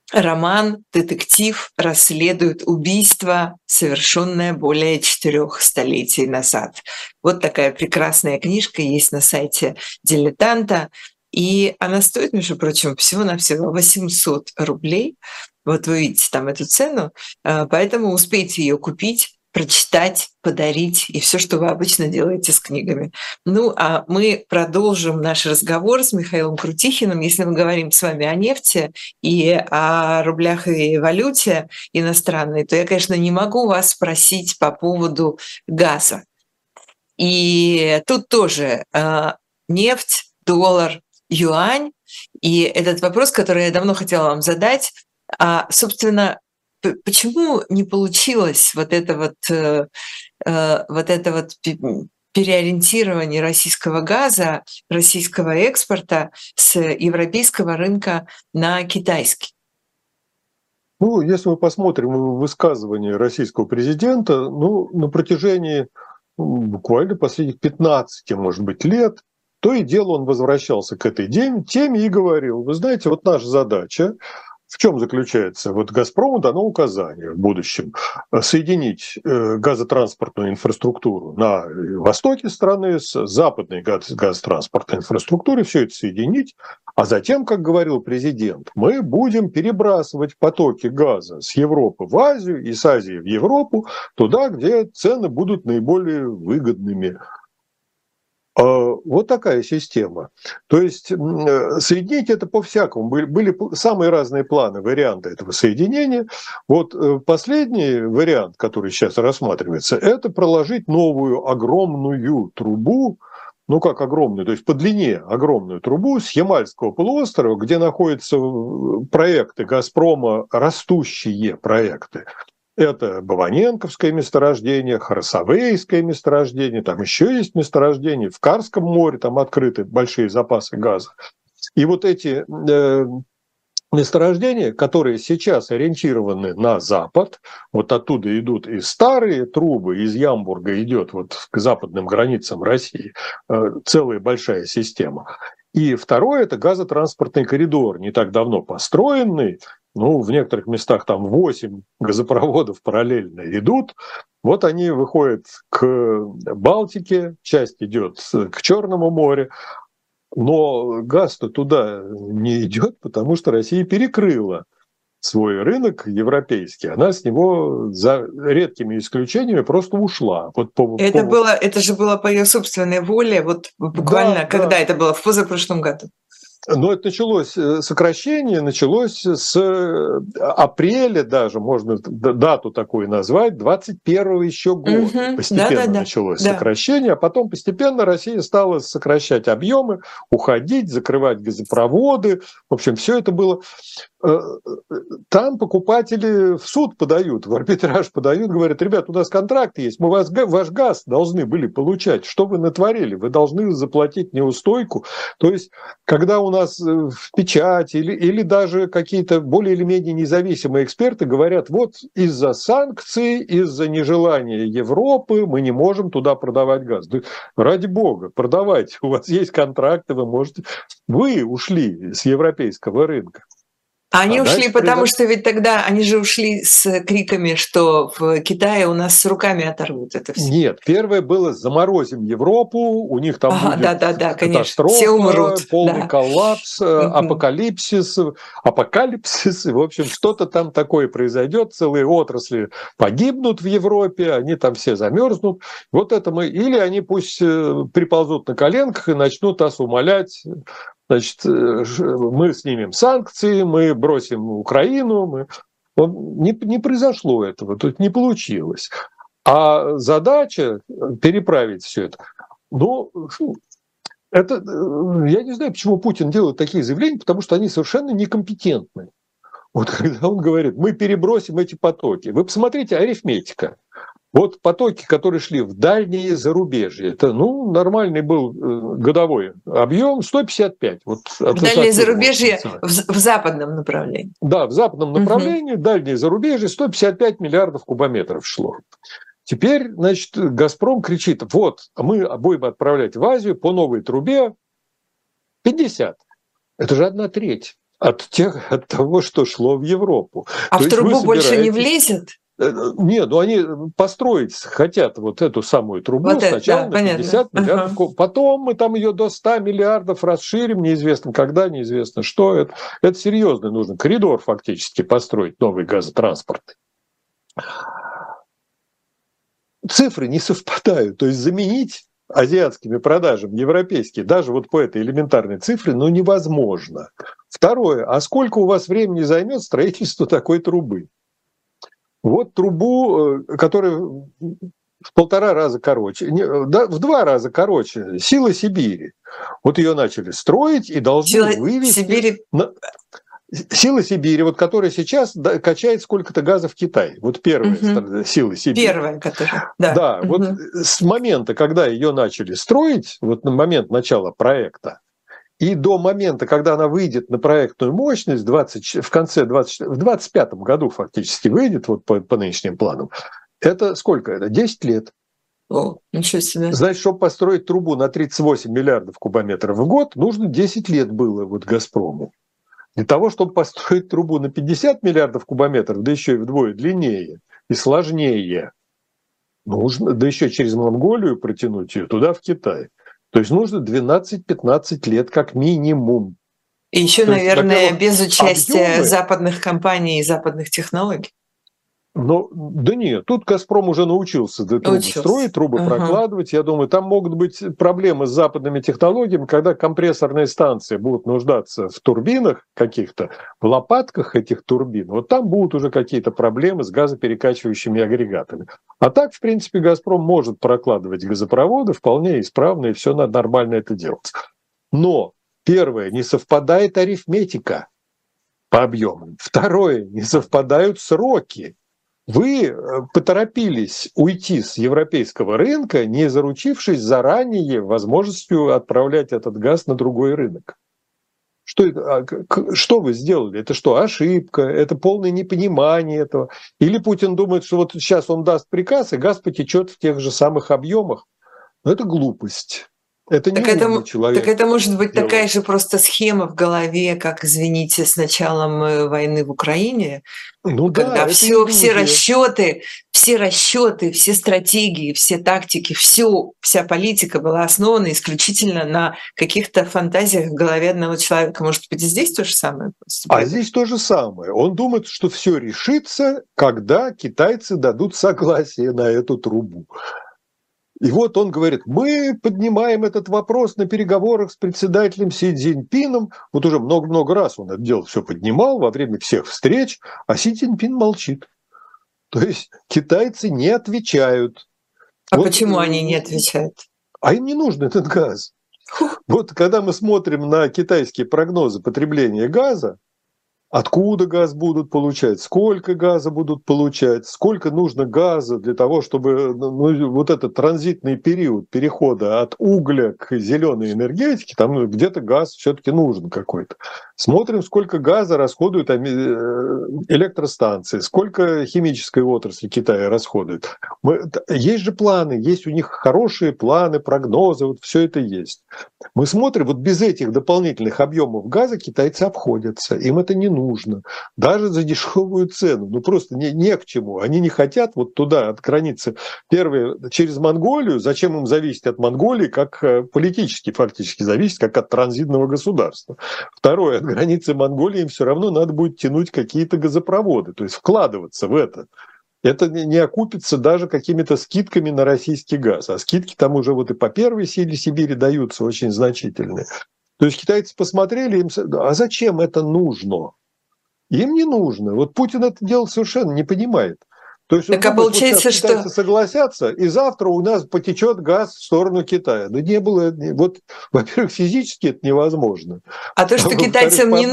роман, детектив расследует убийство, совершенное более 4 столетий назад. Вот такая прекрасная книжка есть на сайте «Дилетанта». И она стоит, между прочим, всего-навсего 800 рублей. Вот вы видите там эту цену, поэтому успейте ее купить, прочитать, подарить и все, что вы обычно делаете с книгами. Ну, а мы продолжим наш разговор с Михаилом Крутихиным. Если мы говорим с вами о нефти и о рублях и валюте иностранной, то я, конечно, не могу вас спросить по поводу газа. И тут тоже нефть, доллар, юань. И этот вопрос, который я давно хотела вам задать, собственно, почему не получилось вот это переориентирование российского газа, российского экспорта с европейского рынка на китайский? Ну, если мы посмотрим высказывание российского президента, на протяжении буквально последних 15, может быть, лет, то и дело он возвращался к этой теме и говорил: вы знаете, вот наша задача в чем заключается? Вот «Газпрому» дано указание в будущем соединить газотранспортную инфраструктуру на востоке страны с западной газотранспортной инфраструктурой, все это соединить, а затем, как говорил президент, мы будем перебрасывать потоки газа с Европы в Азию и с Азии в Европу, туда, где цены будут наиболее выгодными. Вот такая система. То есть соединить это по-всякому. Были самые разные планы, варианты этого соединения. Вот последний вариант, который сейчас рассматривается, это проложить новую огромную трубу, ну как огромную, то есть по длине огромную трубу с Ямальского полуострова, где находятся проекты «Газпрома», растущие проекты. Это Баваненковское месторождение, Харасавейское месторождение, там еще есть месторождения, в Карском море там открыты большие запасы газа. И вот эти месторождения, которые сейчас ориентированы на запад, вот оттуда идут и старые трубы, из Ямбурга идет вот к западным границам России целая большая система. И второе – это газотранспортный коридор, не так давно построенный. В некоторых местах там 8 газопроводов параллельно идут. Вот они выходят к Балтике, часть идет к Черному морю. Но газ-то туда не идет, потому что Россия перекрыла свой рынок европейский. Она с него за редкими исключениями просто ушла. Это же было по ее собственной воле, вот буквально, когда это было, в позапрошлом году. Но это сокращение началось с апреля даже, можно дату такую назвать, 21-го еще год. Постепенно началось сокращение, а потом постепенно Россия стала сокращать объемы, уходить, закрывать газопроводы. В общем, все это было... Там покупатели в суд подают, в арбитраж подают, говорят: ребят, у нас контракт есть, мы ваш газ должны были получать. Что вы натворили? Вы должны заплатить неустойку. То есть, когда у нас в печати или даже какие-то более или менее независимые эксперты говорят: вот из-за санкций, из-за нежелания Европы мы не можем туда продавать газ. Да, ради бога, продавайте, у вас есть контракты, вы можете... Вы ушли с европейского рынка. Они ушли, потому что ведь тогда они же ушли с криками, что в Китае у нас с руками оторвут это все. Нет, первое было: заморозим Европу, у них там будет катастрофа, все умрут, полный коллапс, апокалипсис, и, в общем, что-то там такое произойдет, целые отрасли погибнут в Европе, они там все замерзнут. Вот это мы... Или они пусть приползут на коленках и начнут нас умолять: значит, мы снимем санкции, мы бросим Украину. Не произошло этого, тут не получилось. А задача переправить все это, я не знаю, почему Путин делает такие заявления, потому что они совершенно некомпетентны. Вот когда он говорит: мы перебросим эти потоки. Вы посмотрите, арифметика. Вот потоки, которые шли в дальние зарубежья, это нормальный был годовой объем 155. Вот в дальние зарубежья в западном направлении. Да, в западном направлении, дальние зарубежья 155 миллиардов кубометров шло. Теперь, значит, «Газпром» кричит: вот, мы будем отправлять в Азию по новой трубе 50. Это же 1/3. от того, что шло в Европу. А То в есть вы трубу больше не собираетесь... влезет? Нет, ну они построить хотят вот эту самую трубу Вот это, сначала да, на понятно. 50 миллиардов, потом мы там ее до 100 миллиардов расширим, неизвестно когда, неизвестно что. Это серьезно, нужно коридор фактически построить, новый газотранспортный. Цифры не совпадают, то есть заменить азиатскими продажами европейские, даже вот по этой элементарной цифре, ну невозможно. Второе, а сколько у вас времени займет строительство такой трубы? Вот трубу, которая в 1,5 раза короче, в 2 раза короче, «Сила Сибири». Вот ее начали строить и должны Сила вывести... Сибири. «Сила Сибири», вот которая сейчас качает сколько-то газа в Китай. Вот первая «Сила Сибири». Первая, которая, да. Да, вот с момента, когда ее начали строить, вот на момент начала проекта, и до момента, когда она выйдет на проектную мощность, в 2025 году фактически выйдет, вот по нынешним планам, это сколько? Это 10 лет. О, ничего себе. Значит, чтобы построить трубу на 38 миллиардов кубометров в год, нужно 10 лет было вот «Газпрому». Для того, чтобы построить трубу на 50 миллиардов кубометров, да еще и вдвое длиннее и сложнее, нужно, да еще через Монголию протянуть ее туда, в Китай. То есть нужно 12-15 лет как минимум. И еще, То есть, наверное, без участия объемы... западных компаний и западных технологий. Ну, да нет, тут «Газпром» уже научился трубы строить, трубы прокладывать. Я думаю, там могут быть проблемы с западными технологиями, когда компрессорные станции будут нуждаться в турбинах каких-то, в лопатках этих турбин. Вот там будут уже какие-то проблемы с газоперекачивающими агрегатами. А так, в принципе, «Газпром» может прокладывать газопроводы вполне исправно, и все надо нормально это делать. Но, первое, не совпадает арифметика по объемам. Второе, не совпадают сроки. Вы поторопились уйти с европейского рынка, не заручившись заранее возможностью отправлять этот газ на другой рынок. Что вы сделали? Это что, ошибка? Это полное непонимание этого? Или Путин думает, что вот сейчас он даст приказ, и газ потечет в тех же самых объемах? Но это глупость. Это не умный человек. Так это может быть такая же просто схема в голове, как, извините, с началом войны в Украине, ну, когда да, все расчеты, все стратегии, все тактики, вся политика была основана исключительно на каких-то фантазиях в голове одного человека. Может быть, и здесь то же самое? А здесь то же самое. Он думает, что все решится, когда китайцы дадут согласие на эту трубу. И вот он говорит, мы поднимаем этот вопрос на переговорах с председателем Си Цзиньпином. Вот уже много-много раз он это дело все поднимал во время всех встреч, а Си Цзиньпин молчит. То есть китайцы не отвечают. А вот, почему они не отвечают? А им не нужен этот газ. Вот когда мы смотрим на китайские прогнозы потребления газа, откуда газ будут получать, сколько газа будут получать, сколько нужно газа для того, чтобы вот этот транзитный период перехода от угля к зеленой энергетике, там где-то газ все-таки нужен какой-то. Смотрим, сколько газа расходуют электростанции, сколько химической отрасли Китая расходует. Есть же планы, есть у них хорошие планы, прогнозы, вот все это есть. Мы смотрим, вот без этих дополнительных объемов газа китайцы обходятся, им это не нужно, даже за дешевую цену, ну просто не к чему. Они не хотят вот туда, от границы, первое, через Монголию, зачем им зависеть от Монголии, как политически фактически зависеть, как от транзитного государства. Второе, от границы Монголии им все равно надо будет тянуть какие-то газопроводы, то есть вкладываться в это. Это не окупится даже какими-то скидками на российский газ. А скидки там уже вот и по первой «Силе Сибири» даются очень значительные. То есть китайцы посмотрели, а зачем это нужно? Им не нужно. Вот Путин это дело совершенно не понимает. То есть так, он думает, получается, вот сейчас китайцы согласятся, и завтра у нас потечет газ в сторону Китая. Да не было. Вот, во-первых, физически это невозможно. А то, что китайцам не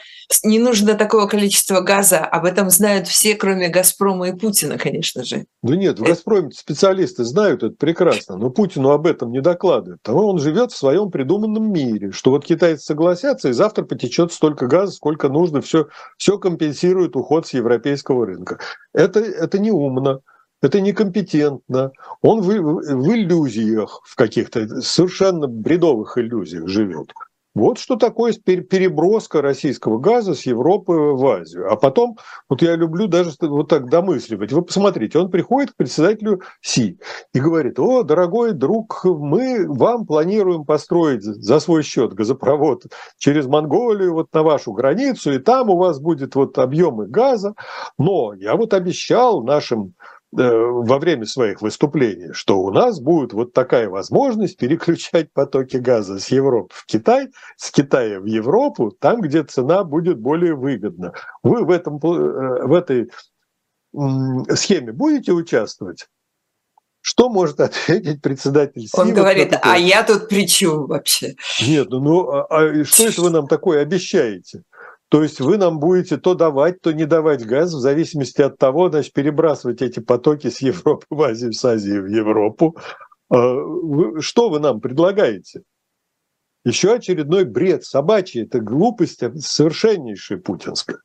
нужно такого количества газа, об этом знают все, кроме «Газпрома» и Путина, конечно же. Да нет, в «Газпроме» специалисты знают это прекрасно, но Путину об этом не докладывают. Потому он живет в своем придуманном мире, что вот китайцы согласятся, и завтра потечет столько газа, сколько нужно, все компенсирует уход с европейского рынка. Это не умно, это некомпетентно. Он в иллюзиях, в каких-то совершенно бредовых иллюзиях живет. Вот что такое переброска российского газа с Европы в Азию. А потом, вот я люблю даже вот так домысливать. Вы посмотрите, он приходит к председателю Си и говорит: о, дорогой друг, мы вам планируем построить за свой счет газопровод через Монголию вот на вашу границу, и там у вас будет вот объемы газа. Но я вот обещал нашим во время своих выступлений, что у нас будет вот такая возможность переключать потоки газа с Европы в Китай, с Китая в Европу, там, где цена будет более выгодна. Вы в этой схеме будете участвовать? Что может ответить председатель Си? Он говорит: а я тут при чем вообще? Нет, а что это вы нам такое обещаете? То есть вы нам будете то давать, то не давать газ, в зависимости от того, значит, перебрасывать эти потоки с Европы в Азию, с Азии в Европу. Что вы нам предлагаете? Еще очередной бред собачий, это глупость совершеннейшая путинская.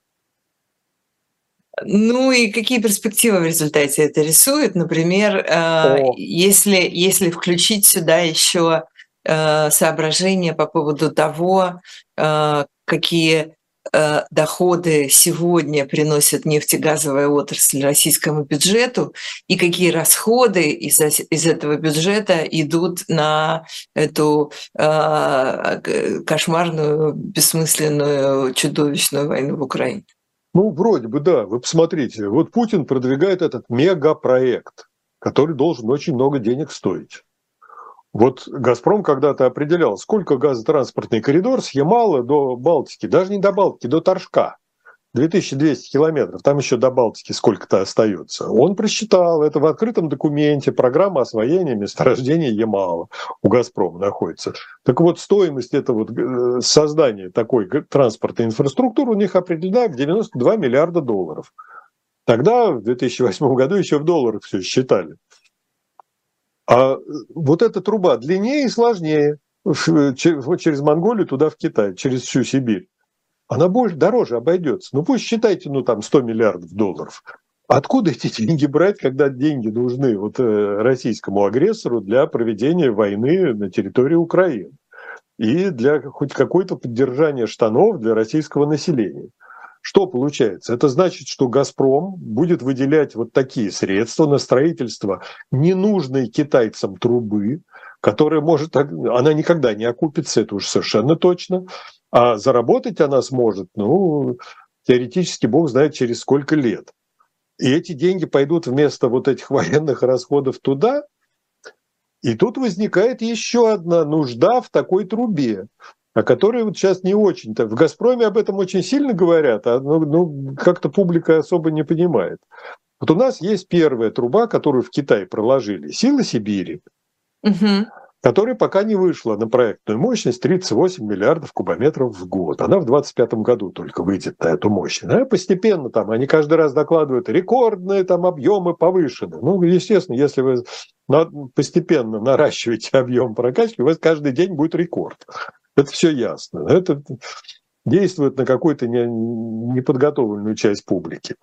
Ну и какие перспективы в результате это рисует? Например, если включить сюда еще соображения по поводу того, какие доходы сегодня приносит нефтегазовая отрасль российскому бюджету и какие расходы из этого бюджета идут на эту кошмарную, бессмысленную, чудовищную войну в Украине. Ну, вроде бы, да. Вы посмотрите, вот Путин продвигает этот мегапроект, который должен очень много денег стоить. Вот «Газпром» когда-то определял, сколько газотранспортный коридор с Ямала до Балтики, даже не до Балтики, до Торжка. 2200 километров, там еще до Балтики сколько-то остается. Он просчитал, это в открытом документе, программа освоения месторождения Ямала у «Газпрома» находится. Так вот, стоимость этого создания такой транспортной инфраструктуры у них определена в 92 миллиарда долларов. Тогда, в 2008 году, еще в долларах все считали. А вот эта труба длиннее и сложнее через Монголию туда в Китай, через всю Сибирь. Она дороже обойдется. Ну пусть считайте, 100 миллиардов долларов. Откуда эти деньги брать, когда деньги нужны российскому агрессору для проведения войны на территории Украины и для хоть какой-то поддержания штанов для российского населения? Что получается? Это значит, что «Газпром» будет выделять вот такие средства на строительство ненужной китайцам трубы, которая она никогда не окупится, это уж совершенно точно, а заработать она сможет, теоретически, бог знает, через сколько лет. И эти деньги пойдут вместо вот этих военных расходов туда, и тут возникает еще одна нужда в такой трубе, о которой вот сейчас не очень-то. В «Газпроме» об этом очень сильно говорят, а как-то публика особо не понимает. Вот у нас есть первая труба, которую в Китай проложили, «Сила Сибири», которая пока не вышла на проектную мощность 38 миллиардов кубометров в год. Она в 2025 году только выйдет на эту мощность. А постепенно они каждый раз докладывают, рекордные объемы повышены. Естественно, если вы постепенно наращиваете объем прокачки, у вас каждый день будет рекорд. Это все ясно. Это действует на какую-то неподготовленную часть публики.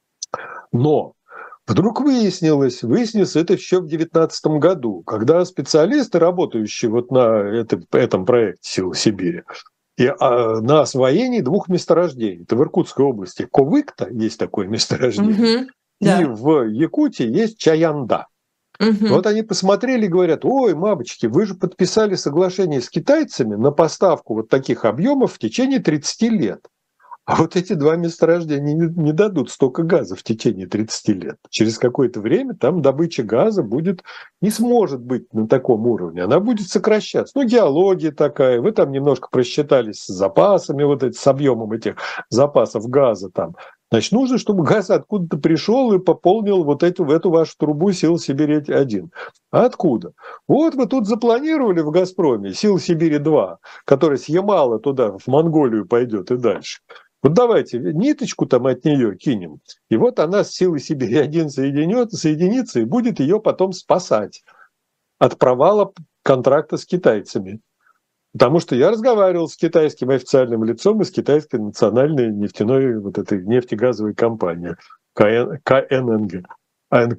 Но вдруг выяснилось это еще в 2019 году, когда специалисты, работающие на этом проекте «Сила Сибири», на освоении двух месторождений. Это в Иркутской области Ковыкта есть такое месторождение, и в Якутии есть Чаянда. Вот они посмотрели и говорят: ой, мамочки, вы же подписали соглашение с китайцами на поставку вот таких объемов в течение 30 лет. А вот эти два месторождения не дадут столько газа в течение 30 лет. Через какое-то время там добыча газа не сможет быть на таком уровне. Она будет сокращаться. Геология такая. Вы там немножко просчитались с запасами, с объемом этих запасов газа там. Значит, нужно, чтобы газ откуда-то пришел и пополнил в эту вашу трубу «Сил Сибири-1». А откуда? Вот вы тут запланировали в «Газпроме» «Сил Сибири-2», которая с Ямала туда, в Монголию пойдет и дальше. Вот давайте ниточку там от нее кинем, и вот она с «Силой Сибири-1» соединится и будет ее потом спасать от провала контракта с китайцами. Потому что я разговаривал с китайским официальным лицом и с китайской национальной нефтяной этой нефтегазовой компанией КННГ.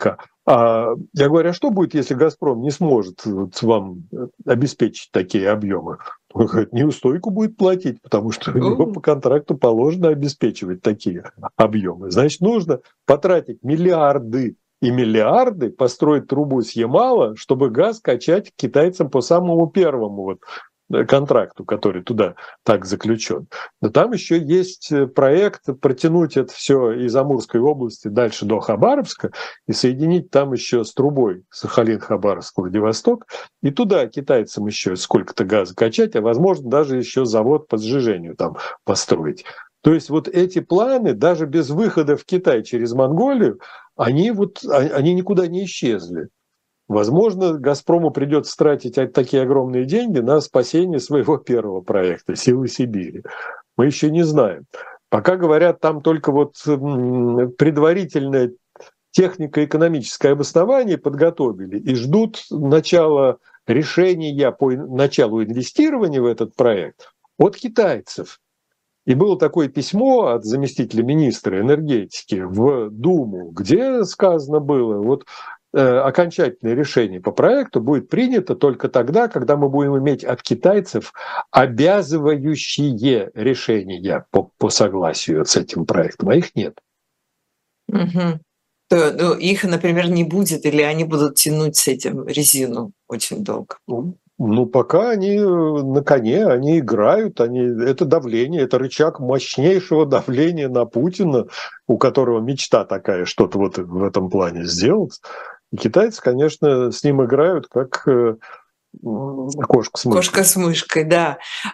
Я говорю, а что будет, если «Газпром» не сможет вам обеспечить такие объемы? Он говорит, неустойку будет платить, потому что у него по контракту положено обеспечивать такие объемы. Значит, нужно потратить миллиарды и миллиарды, построить трубу с Ямала, чтобы газ качать китайцам по самому первому контракту, который туда так заключен. Но там еще есть проект протянуть это все из Амурской области дальше до Хабаровска и соединить там еще с трубой Сахалин-Хабаровск, Владивосток, и туда китайцам еще сколько-то газа качать, а возможно даже еще завод по сжижению там построить. То есть вот эти планы, даже без выхода в Китай через Монголию, они никуда не исчезли. Возможно, «Газпрому» придется тратить такие огромные деньги на спасение своего первого проекта «Силы Сибири». Мы еще не знаем. Пока говорят, там только предварительное технико-экономическое обоснование подготовили и ждут начала решения по началу инвестирования в этот проект от китайцев. И было такое письмо от заместителя министра энергетики в Думу, где сказано было, окончательное решение по проекту будет принято только тогда, когда мы будем иметь от китайцев обязывающие решения по согласию с этим проектом, а их нет. Угу. То, их, например, не будет, или они будут тянуть с этим резину очень долго? Пока они на коне, они играют, это давление, это рычаг мощнейшего давления на Путина, у которого мечта такая, что-то в этом плане сделать. И китайцы, конечно, с ним играют, как кошка с мышкой. Кошка с мышкой, да.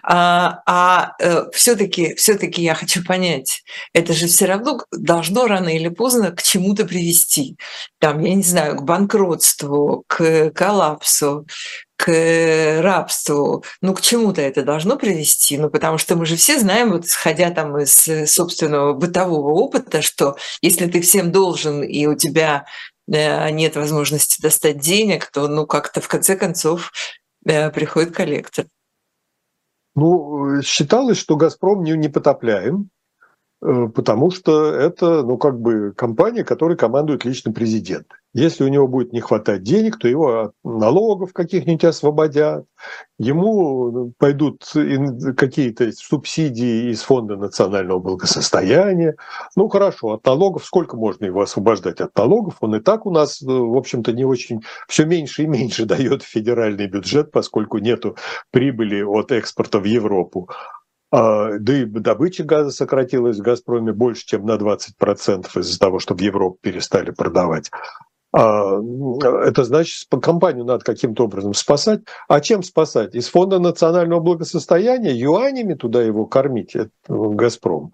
Все-таки я хочу понять, это же все равно должно рано или поздно к чему-то привести. Там, я не знаю, к банкротству, к коллапсу, к рабству. К чему-то это должно привести. Потому что мы же все знаем, исходя там из собственного бытового опыта, что если ты всем должен, и у тебя нет возможности достать денег, то как-то в конце концов приходит коллектор. Считалось, что «Газпром» не потопляем, потому что это, компания, которой командует лично президент. Если у него будет не хватать денег, то его от налогов каких-нибудь освободят, ему пойдут какие-то субсидии из Фонда национального благосостояния. Хорошо, от налогов сколько можно его освобождать от налогов? Он и так у нас, в общем-то, не очень, все меньше и меньше дает в федеральный бюджет, поскольку нету прибыли от экспорта в Европу. Да и добыча газа сократилась в «Газпроме» больше, чем на 20% из-за того, что в Европу перестали продавать. Это значит, компанию надо каким-то образом спасать. А чем спасать? Из Фонда национального благосостояния юанями туда его кормить, «Газпром»?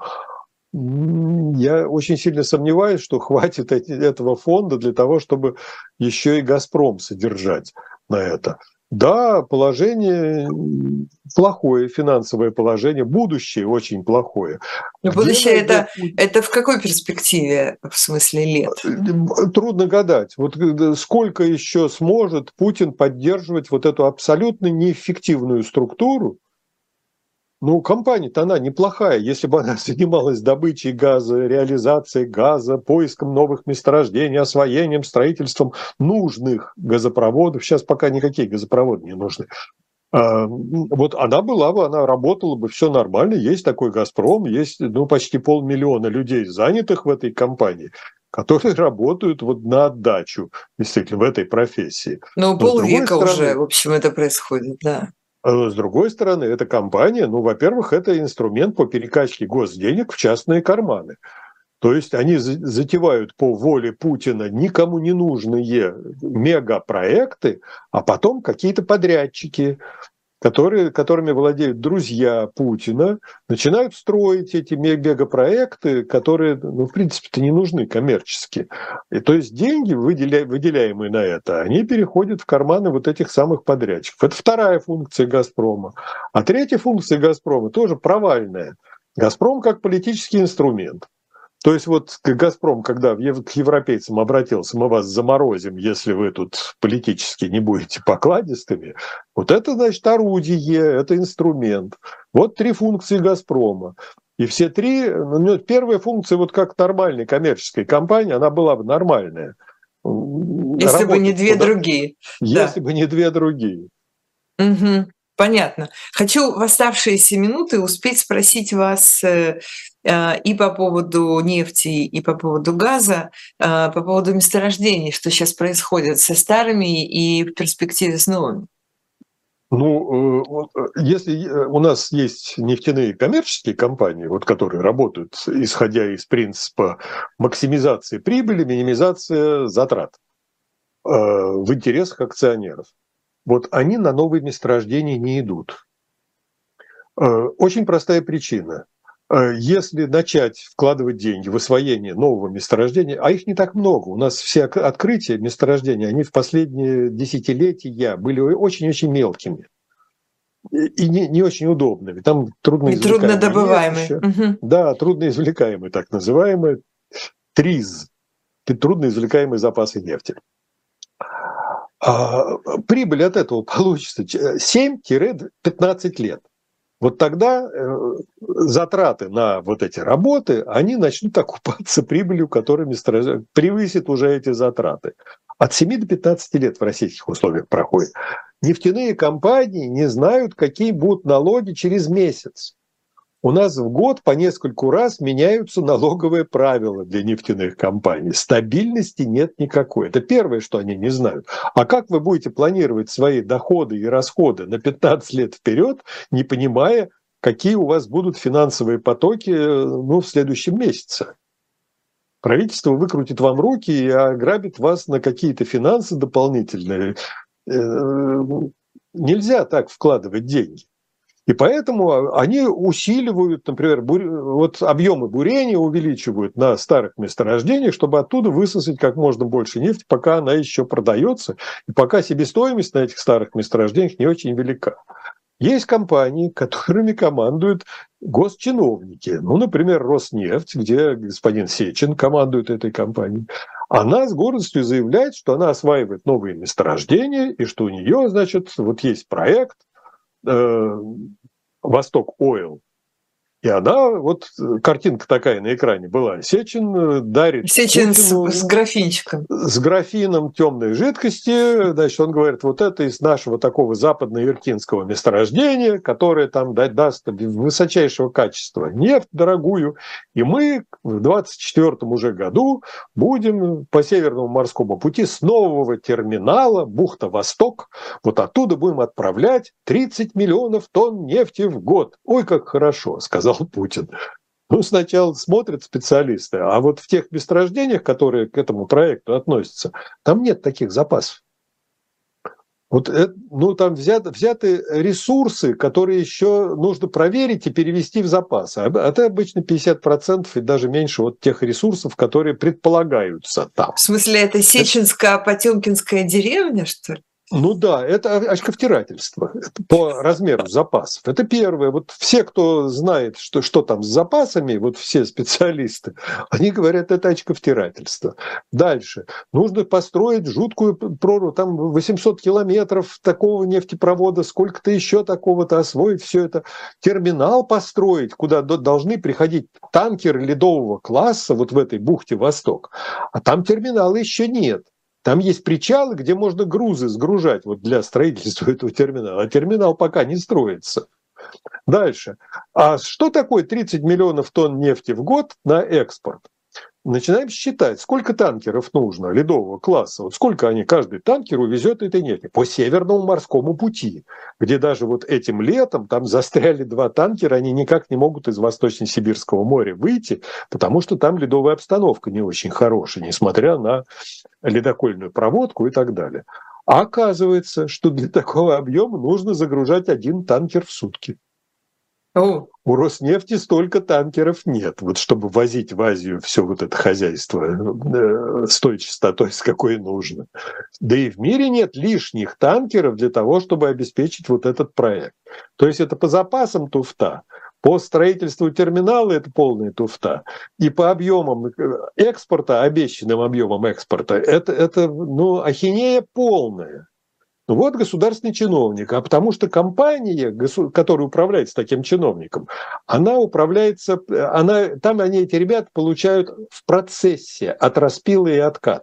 Я очень сильно сомневаюсь, что хватит этого фонда для того, чтобы еще и «Газпром» содержать на это. Да, положение плохое, финансовое положение, будущее очень плохое. Будущее это в какой перспективе, в смысле лет? Трудно гадать. Сколько еще сможет Путин поддерживать эту абсолютно неэффективную структуру? Компания-то она неплохая. Если бы она занималась добычей газа, реализацией газа, поиском новых месторождений, освоением, строительством нужных газопроводов. Сейчас пока никакие газопроводы не нужны. Она работала бы, все нормально. Есть такой «Газпром», есть почти 500 000 людей, занятых в этой компании, которые работают на отдачу, действительно, в этой профессии. Полвека уже, в общем, это происходит, да. С другой стороны, эта компания, во-первых, это инструмент по перекачке госденег в частные карманы. То есть они затевают по воле Путина никому не нужные мегапроекты, а потом какие-то подрядчики, которыми владеют друзья Путина, начинают строить эти мегапроекты, которые, в принципе-то, не нужны коммерчески. И то есть деньги, выделяемые на это, они переходят в карманы этих самых подрядчиков. Это вторая функция «Газпрома». А третья функция «Газпрома» тоже провальная. «Газпром» как политический инструмент. То есть «Газпром», когда к европейцам обратился, мы вас заморозим, если вы тут политически не будете покладистыми, это, значит, орудие, это инструмент. 3 функции «Газпрома». И все 3, первая функция, как нормальной коммерческой компании, она была бы нормальная. Если бы не две куда? другие. Если бы не две другие. Мгм. Понятно. Хочу в оставшиеся минуты успеть спросить вас и по поводу нефти, и по поводу газа, по поводу месторождений, что сейчас происходит со старыми и в перспективе с новыми. Если у нас есть нефтяные коммерческие компании, вот, которые работают, исходя из принципа максимизации прибыли, минимизация затрат в интересах акционеров, вот они на новые месторождения не идут. Очень простая причина. Если начать вкладывать деньги в освоение нового месторождения, а их не так много, у нас все открытия месторождения, они в последние десятилетия были очень-очень мелкими и не очень удобными. Там Труднодобываемые. Да, трудноизвлекаемые, так называемые, ТРИЗ, трудноизвлекаемые запасы нефти. Прибыль от этого получится 7-15 лет. Вот тогда затраты на вот эти работы, они начнут окупаться прибылью, которая превысит уже эти затраты. От 7 до 15 лет в российских условиях проходит. Нефтяные компании не знают, какие будут налоги через месяц. У нас в год по нескольку раз меняются налоговые правила для нефтяных компаний. Стабильности нет никакой. Это первое, что они не знают. А как вы будете планировать свои доходы и расходы на 15 лет вперед, не понимая, какие у вас будут финансовые потоки в следующем месяце? Правительство выкрутит вам руки и ограбит вас на какие-то финансы дополнительные. Нельзя так вкладывать деньги. И поэтому они усиливают, например, объемы бурения увеличивают на старых месторождениях, чтобы оттуда высосать как можно больше нефти, пока она еще продается, и пока себестоимость на этих старых месторождениях не очень велика. Есть компании, которыми командуют госчиновники. Например, Роснефть, где господин Сечин командует этой компанией. Она с гордостью заявляет, что она осваивает новые месторождения, и что у нее, есть проект «Восток Ойл». И она, картинка такая на экране была. Сечин дарит Сечин Путину с графинчиком. с графином темной жидкости. Значит, он говорит, вот это из нашего такого западно-иркинского месторождения, которое там даст высочайшего качества нефть дорогую. И мы в 24-м уже году будем по Северному морскому пути с нового терминала бухта Восток, вот оттуда будем отправлять 30 миллионов тонн нефти в год. Ой, как хорошо, сказал Путин. Сначала смотрят специалисты, а вот в тех месторождениях, которые к этому проекту относятся, там нет таких запасов. Там взяты ресурсы, которые еще нужно проверить и перевести в запасы. А это обычно 50% и даже меньше тех ресурсов, которые предполагаются там. В смысле, это Сеченско-Потемкинская деревня, что ли? Да, это очковтирательство по размеру запасов. Это первое. Все, кто знает, что там с запасами, все специалисты, они говорят, это очковтирательство. Дальше. Нужно построить жуткую прорву, там 800 километров такого нефтепровода, сколько-то еще такого-то, освоить все это. Терминал построить, куда должны приходить танкеры ледового класса в этой бухте Восток. А там терминала еще нет. Там есть причалы, где можно грузы сгружать для строительства этого терминала. А терминал пока не строится. Дальше. А что такое 30 миллионов тонн нефти в год на экспорт? Начинаем считать, сколько танкеров нужно ледового класса. Сколько каждый танкер увезет этой нефти по Северному морскому пути, где даже этим летом там застряли 2 танкера, они никак не могут из Восточно-Сибирского моря выйти, потому что там ледовая обстановка не очень хорошая, несмотря на ледокольную проводку и так далее. А оказывается, что для такого объема нужно загружать 1 танкер в сутки. У Роснефти столько танкеров нет, чтобы возить в Азию все это хозяйство с той частотой, с какой нужно. Да и в мире нет лишних танкеров для того, чтобы обеспечить этот проект. То есть это по запасам туфта, по строительству терминала это полная туфта, и по объемам экспорта, обещанным объемам экспорта, это ахинея полная. Государственный чиновник, а потому что компания, которая управляется таким чиновником, она управляется, там эти ребята получают в процессе от распила и отката.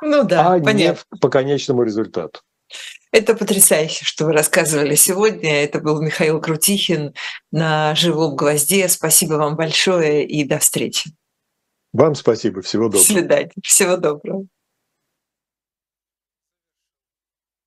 Ну да, а не понятно. по конечному результату. Это потрясающе, что вы рассказывали сегодня. Это был Михаил Крутихин на «Живом гвозде». Спасибо вам большое и до встречи. Вам спасибо, всего До доброго. свидания. Всего доброго.